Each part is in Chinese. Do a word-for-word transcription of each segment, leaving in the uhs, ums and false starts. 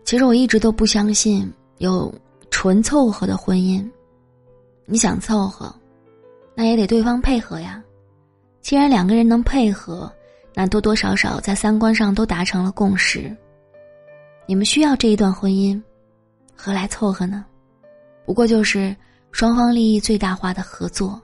其实我一直都不相信有纯凑合的婚姻。你想凑合，那也得对方配合呀。既然两个人能配合，那多多少少在三观上都达成了共识。你们需要这一段婚姻，何来凑合呢？不过就是双方利益最大化的合作。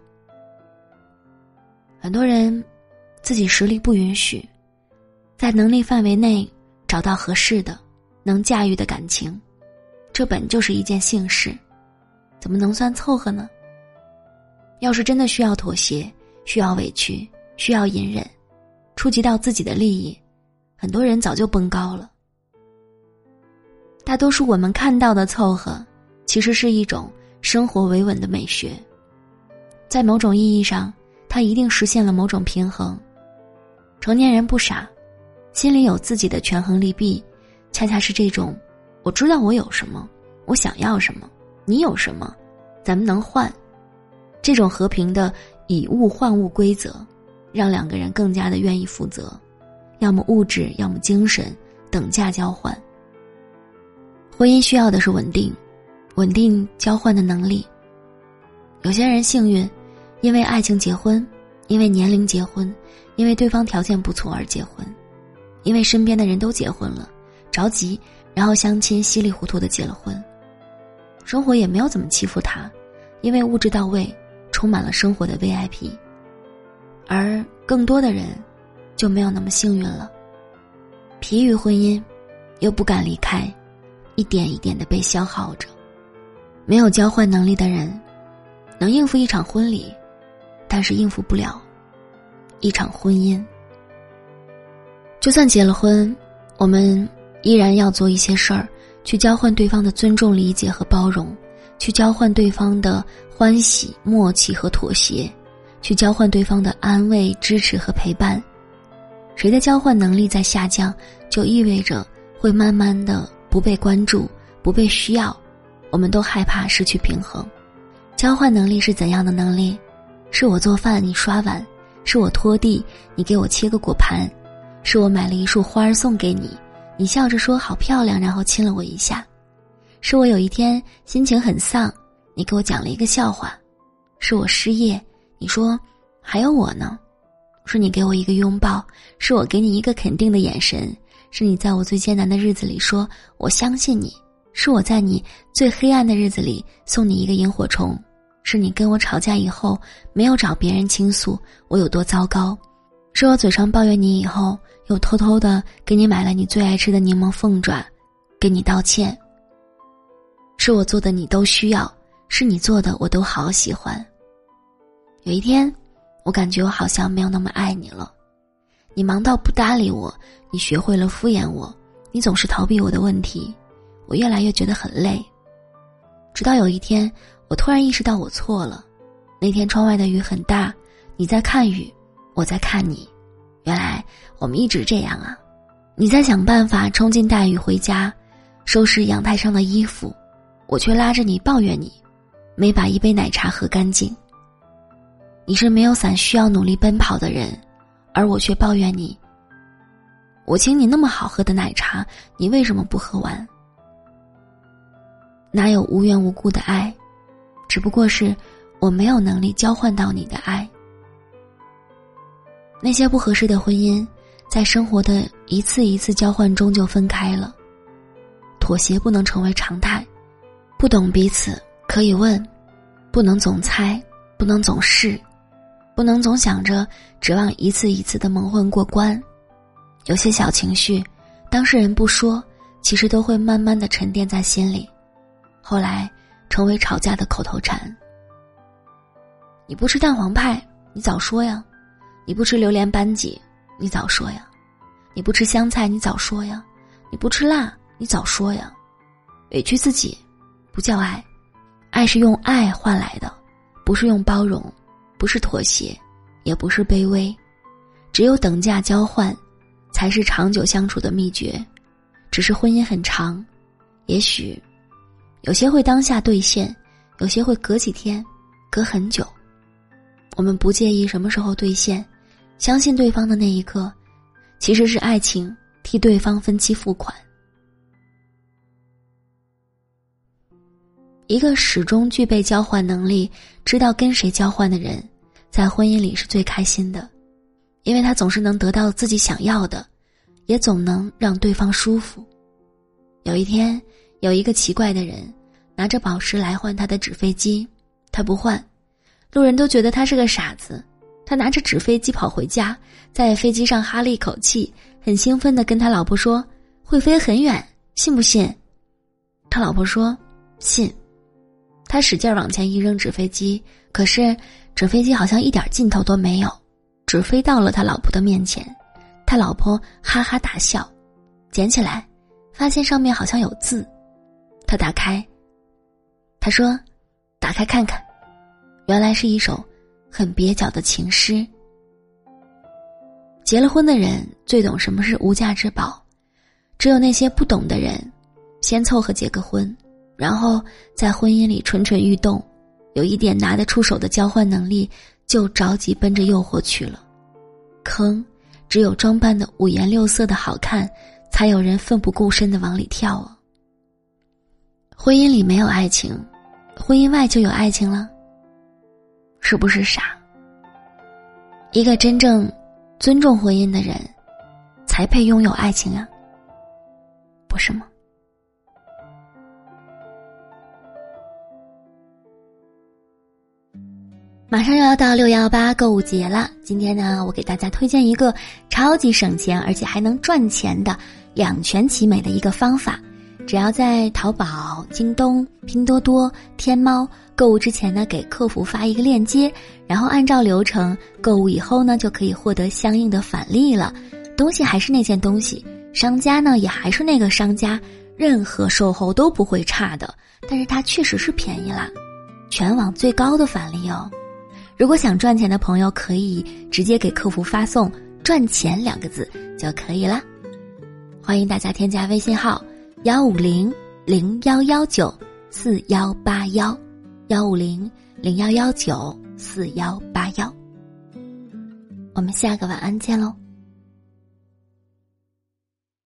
很多人自己实力不允许，在能力范围内找到合适的能驾驭的感情，这本就是一件幸事，怎么能算凑合呢？要是真的需要妥协，需要委屈，需要隐忍，触及到自己的利益，很多人早就崩高了。大多数我们看到的凑合，其实是一种生活维稳的美学，在某种意义上，它一定实现了某种平衡。成年人不傻，心里有自己的权衡利弊，恰恰是这种我知道我有什么，我想要什么，你有什么，咱们能换，这种和平的以物换物规则，让两个人更加的愿意负责，要么物质，要么精神，等价交换。婚姻需要的是稳定，稳定交换的能力。有些人幸运，因为爱情结婚，因为年龄结婚，因为对方条件不错而结婚，因为身边的人都结婚了，着急，然后相亲稀里糊涂的结了婚。生活也没有怎么欺负他，因为物质到位，充满了生活的 V I P。 而更多的人就没有那么幸运了，疲于婚姻，又不敢离开，一点一点地被消耗着。没有交换能力的人，能应付一场婚礼，但是应付不了一场婚姻。就算结了婚，我们依然要做一些事儿，去交换对方的尊重、理解和包容，去交换对方的欢喜、默契和妥协，去交换对方的安慰、支持和陪伴。谁的交换能力在下降，就意味着会慢慢的不被关注，不被需要，我们都害怕失去平衡。交换能力是怎样的能力？是我做饭你刷碗，是我拖地你给我切个果盘，是我买了一束花送给你，你笑着说好漂亮，然后亲了我一下，是我有一天心情很丧，你给我讲了一个笑话，是我失业，你说还有我呢，是你给我一个拥抱，是我给你一个肯定的眼神，是你在我最艰难的日子里说我相信你，是我在你最黑暗的日子里送你一个萤火虫，是你跟我吵架以后没有找别人倾诉我有多糟糕，是我嘴上抱怨你以后又偷偷的给你买了你最爱吃的柠檬凤爪给你道歉，是我做的你都需要，是你做的我都好喜欢。有一天我感觉我好像没有那么爱你了，你忙到不搭理我，你学会了敷衍我，你总是逃避我的问题，我越来越觉得很累。直到有一天我突然意识到我错了，那天窗外的雨很大，你在看雨，我在看你，原来我们一直这样啊。你在想办法冲进大雨回家，收拾阳台上的衣服，我却拉着你抱怨你没把一杯奶茶喝干净。你是没有伞需要努力奔跑的人，而我却抱怨你，我请你那么好喝的奶茶，你为什么不喝完？哪有无缘无故的爱，只不过是我没有能力交换到你的爱。那些不合适的婚姻，在生活的一次一次交换中就分开了。妥协不能成为常态，不懂彼此可以问，不能总猜，不能总试，不能总想着指望一次一次的蒙混过关。有些小情绪，当事人不说，其实都会慢慢的沉淀在心里，后来成为吵架的口头禅。你不吃蛋黄派，你早说呀；你不吃榴莲班戟，你早说呀；你不吃香菜，你早说呀；你不吃辣，你早说呀。委屈自己不叫爱，爱是用爱换来的，不是用包容，不是妥协，也不是卑微，只有等价交换才是长久相处的秘诀。只是婚姻很长，也许有些会当下兑现，有些会隔几天，隔很久。我们不介意什么时候兑现，相信对方的那一刻，其实是爱情替对方分期付款。 一个始终具备交换能力，知道跟谁交换的人，在婚姻里是最开心的，因为他总是能得到自己想要的，也总能让对方舒服。有一天，有一个奇怪的人拿着宝石来换他的纸飞机，他不换，路人都觉得他是个傻子。他拿着纸飞机跑回家，在飞机上哈了一口气，很兴奋地跟他老婆说，会飞很远，信不信？他老婆说信。他使劲往前一扔纸飞机，可是纸飞机好像一点劲头都没有，只飞到了他老婆的面前。他老婆哈哈大笑，捡起来发现上面好像有字。他打开，他说打开看看，原来是一首很蹩脚的情诗。结了婚的人最懂什么是无价之宝，只有那些不懂的人先凑合结个婚，然后在婚姻里蠢蠢欲动，有一点拿得出手的交换能力，就着急奔着诱惑去了。坑只有装扮的五颜六色的好看，才有人奋不顾身地往里跳啊。婚姻里没有爱情，婚姻外就有爱情了，是不是傻？一个真正尊重婚姻的人，才配拥有爱情啊，不是吗？马上又要到六一八购物节了，今天呢，我给大家推荐一个超级省钱而且还能赚钱的两全其美的一个方法。只要在淘宝、京东、拼多多、天猫购物之前呢，给客服发一个链接，然后按照流程购物以后呢，就可以获得相应的返利了。东西还是那件东西，商家呢也还是那个商家，任何售后都不会差的，但是它确实是便宜啦，全网最高的返利哦。如果想赚钱的朋友，可以直接给客服发送赚钱两个字就可以了。欢迎大家添加微信号幺五零零幺幺九四幺八幺幺五零零幺幺九四幺八幺。我们下个晚安见喽。